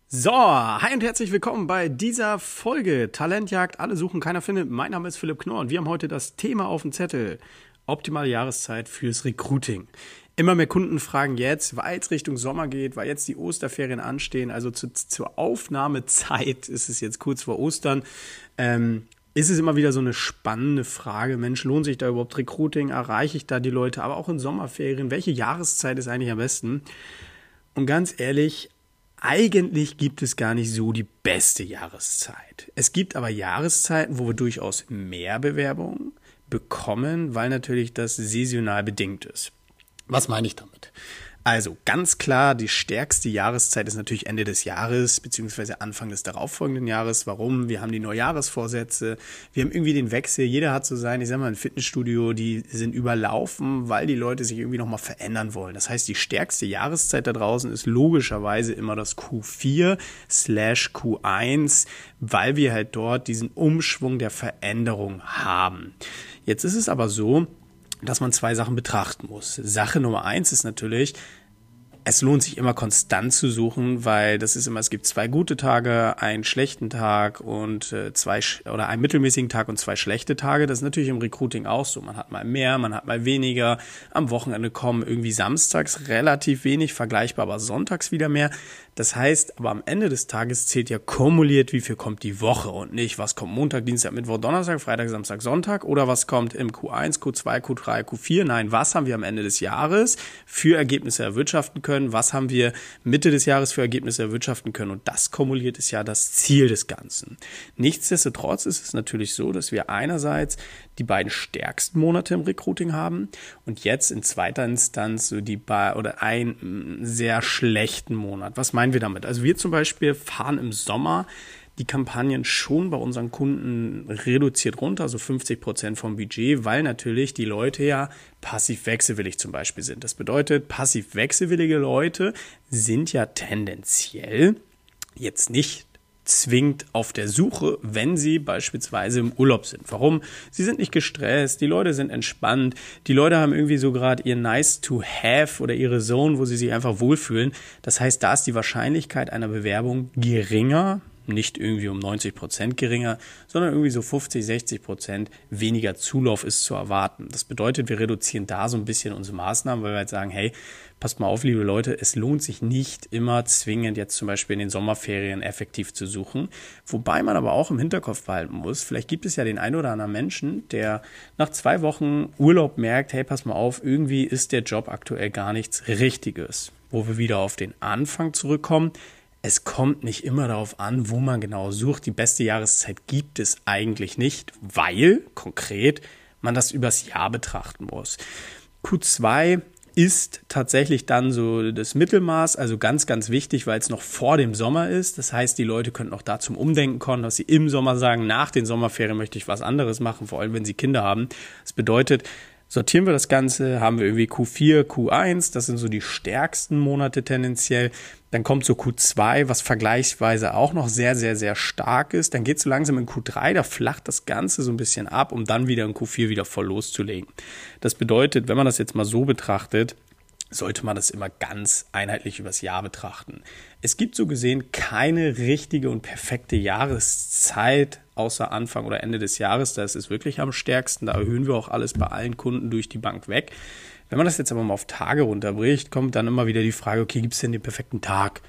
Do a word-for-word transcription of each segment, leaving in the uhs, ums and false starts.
So, hi und herzlich willkommen bei dieser Folge Talentjagd, alle suchen, keiner findet. Mein Name ist Philipp Knorr und wir haben heute das Thema auf dem Zettel. Optimale Jahreszeit fürs Recruiting. Immer mehr Kunden fragen jetzt, weil es Richtung Sommer geht, weil jetzt die Osterferien anstehen, also zu, zur Aufnahmezeit ist es jetzt kurz vor Ostern, ähm, ist es immer wieder so eine spannende Frage, Mensch, lohnt sich da überhaupt Recruiting, erreiche ich da die Leute, aber auch in Sommerferien, welche Jahreszeit ist eigentlich am besten? Und ganz ehrlich, eigentlich gibt es gar nicht so die beste Jahreszeit. Es gibt aber Jahreszeiten, wo wir durchaus mehr Bewerbungen bekommen, weil natürlich das saisonal bedingt ist. Was meine ich damit? Also ganz klar, die stärkste Jahreszeit ist natürlich Ende des Jahres beziehungsweise Anfang des darauffolgenden Jahres. Warum? Wir haben die Neujahresvorsätze, wir haben irgendwie den Wechsel, jeder hat so sein, ich sag mal, ein Fitnessstudio, die sind überlaufen, weil die Leute sich irgendwie nochmal verändern wollen. Das heißt, die stärkste Jahreszeit da draußen ist logischerweise immer das Q vier slash Q eins, weil wir halt dort diesen Umschwung der Veränderung haben. Jetzt ist es aber so, dass man zwei Sachen betrachten muss. Sache Nummer eins ist natürlich, es lohnt sich immer konstant zu suchen, weil das ist immer, es gibt zwei gute Tage, einen schlechten Tag und äh, zwei oder einen mittelmäßigen Tag und zwei schlechte Tage. Das ist natürlich im Recruiting auch so. Man hat mal mehr, man hat mal weniger. Am Wochenende kommen irgendwie samstags relativ wenig, vergleichbar aber sonntags wieder mehr. Das heißt, aber am Ende des Tages zählt ja kumuliert, wie viel kommt die Woche und nicht, was kommt Montag, Dienstag, Mittwoch, Donnerstag, Freitag, Samstag, Sonntag oder was kommt im Q eins, Q zwei, Q drei, Q vier. Nein, was haben wir am Ende des Jahres für Ergebnisse erwirtschaften können? Was haben wir Mitte des Jahres für Ergebnisse erwirtschaften können? Und das kumuliert ist ja das Ziel des Ganzen. Nichtsdestotrotz ist es natürlich so, dass wir einerseits die beiden stärksten Monate im Recruiting haben und jetzt in zweiter Instanz so die ba- oder einen sehr schlechten Monat. Was meinen wir damit? Also wir zum Beispiel fahren im Sommer die Kampagnen schon bei unseren Kunden reduziert runter, so fünfzig Prozent vom Budget, weil natürlich die Leute ja passiv wechselwillig zum Beispiel sind. Das bedeutet, passiv wechselwillige Leute sind ja tendenziell jetzt nicht zwingend auf der Suche, wenn sie beispielsweise im Urlaub sind. Warum? Sie sind nicht gestresst, die Leute sind entspannt, die Leute haben irgendwie so gerade ihr Nice to Have oder ihre Zone, wo sie sich einfach wohlfühlen. Das heißt, da ist die Wahrscheinlichkeit einer Bewerbung geringer, nicht irgendwie um neunzig Prozent geringer, sondern irgendwie so fünfzig, sechzig Prozent weniger Zulauf ist zu erwarten. Das bedeutet, wir reduzieren da so ein bisschen unsere Maßnahmen, weil wir halt sagen, hey, passt mal auf, liebe Leute, es lohnt sich nicht immer zwingend jetzt zum Beispiel in den Sommerferien effektiv zu suchen. Wobei man aber auch im Hinterkopf behalten muss, vielleicht gibt es ja den einen oder anderen Menschen, der nach zwei Wochen Urlaub merkt, hey, pass mal auf, irgendwie ist der Job aktuell gar nichts Richtiges. Wo wir wieder auf den Anfang zurückkommen, es kommt nicht immer darauf an, wo man genau sucht. Die beste Jahreszeit gibt es eigentlich nicht, weil, konkret, man das übers Jahr betrachten muss. Q zwei ist tatsächlich dann so das Mittelmaß, also ganz, ganz wichtig, weil es noch vor dem Sommer ist. Das heißt, die Leute könnten auch da zum Umdenken kommen, dass sie im Sommer sagen, nach den Sommerferien möchte ich was anderes machen, vor allem wenn sie Kinder haben. Das bedeutet, sortieren wir das Ganze, haben wir irgendwie Q vier, Q eins, das sind so die stärksten Monate tendenziell. Dann kommt so Q zwei, was vergleichsweise auch noch sehr, sehr, sehr stark ist. Dann geht es so langsam in Q drei, da flacht das Ganze so ein bisschen ab, um dann wieder in Q vier wieder voll loszulegen. Das bedeutet, wenn man das jetzt mal so betrachtet, sollte man das immer ganz einheitlich übers Jahr betrachten. Es gibt so gesehen keine richtige und perfekte Jahreszeit, außer Anfang oder Ende des Jahres. Da ist es wirklich am stärksten. Da erhöhen wir auch alles bei allen Kunden durch die Bank weg. Wenn man das jetzt aber mal auf Tage runterbricht, kommt dann immer wieder die Frage, okay, gibt es denn den perfekten Tag?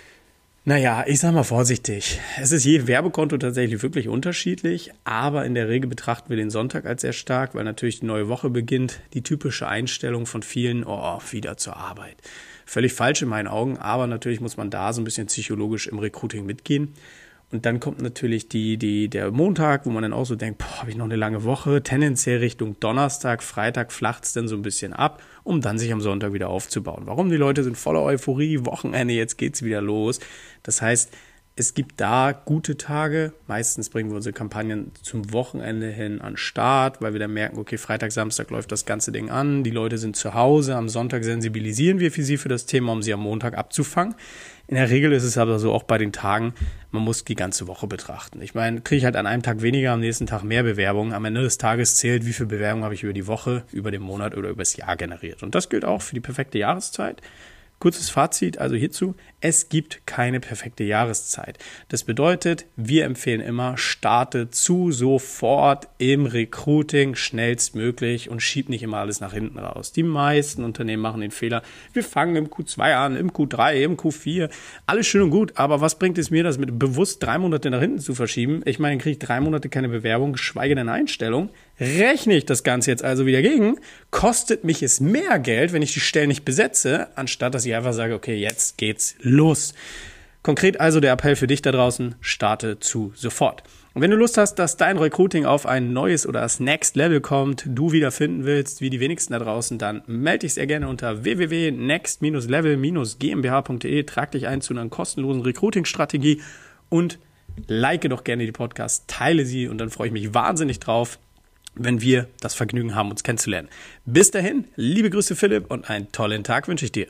Naja, ich sag mal vorsichtig. Es ist je Werbekonto tatsächlich wirklich unterschiedlich, aber in der Regel betrachten wir den Sonntag als sehr stark, weil natürlich die neue Woche beginnt. Die typische Einstellung von vielen, oh, wieder zur Arbeit. Völlig falsch in meinen Augen, aber natürlich muss man da so ein bisschen psychologisch im Recruiting mitgehen. Und dann kommt natürlich die, die, der Montag, wo man dann auch so denkt, boah, habe ich noch eine lange Woche, tendenziell Richtung Donnerstag, Freitag flacht es dann so ein bisschen ab, um dann sich am Sonntag wieder aufzubauen. Warum? Die Leute sind voller Euphorie, Wochenende, jetzt geht's wieder los. Das heißt, es gibt da gute Tage. Meistens bringen wir unsere Kampagnen zum Wochenende hin an den Start, weil wir dann merken, okay, Freitag, Samstag läuft das ganze Ding an, die Leute sind zu Hause, am Sonntag sensibilisieren wir für sie für das Thema, um sie am Montag abzufangen. In der Regel ist es aber so, auch bei den Tagen, man muss die ganze Woche betrachten. Ich meine, kriege ich halt an einem Tag weniger, am nächsten Tag mehr Bewerbungen. Am Ende des Tages zählt, wie viele Bewerbungen habe ich über die Woche, über den Monat oder über das Jahr generiert. Und das gilt auch für die perfekte Jahreszeit. Kurzes Fazit also hierzu, es gibt keine perfekte Jahreszeit. Das bedeutet, wir empfehlen immer, starte zu sofort im Recruiting schnellstmöglich und schieb nicht immer alles nach hinten raus. Die meisten Unternehmen machen den Fehler, wir fangen im Q zwei an, im Q drei, im Q vier, alles schön und gut, aber was bringt es mir, das mit bewusst drei Monate nach hinten zu verschieben? Ich meine, kriege ich drei Monate keine Bewerbung, geschweige denn Einstellung. Rechne ich das Ganze jetzt also wieder gegen, kostet mich es mehr Geld, wenn ich die Stellen nicht besetze, anstatt dass ich einfach sage, okay, jetzt geht's los. Konkret also der Appell für dich da draußen, starte zu sofort. Und wenn du Lust hast, dass dein Recruiting auf ein neues oder das Next Level kommt, du wieder finden willst, wie die wenigsten da draußen, dann melde dich sehr gerne unter w w w punkt next level g m b h punkt d e, trag dich ein zu einer kostenlosen Recruiting-Strategie und like doch gerne die Podcasts, teile sie und dann freue ich mich wahnsinnig drauf, wenn wir das Vergnügen haben, uns kennenzulernen. Bis dahin, liebe Grüße Philipp und einen tollen Tag wünsche ich dir.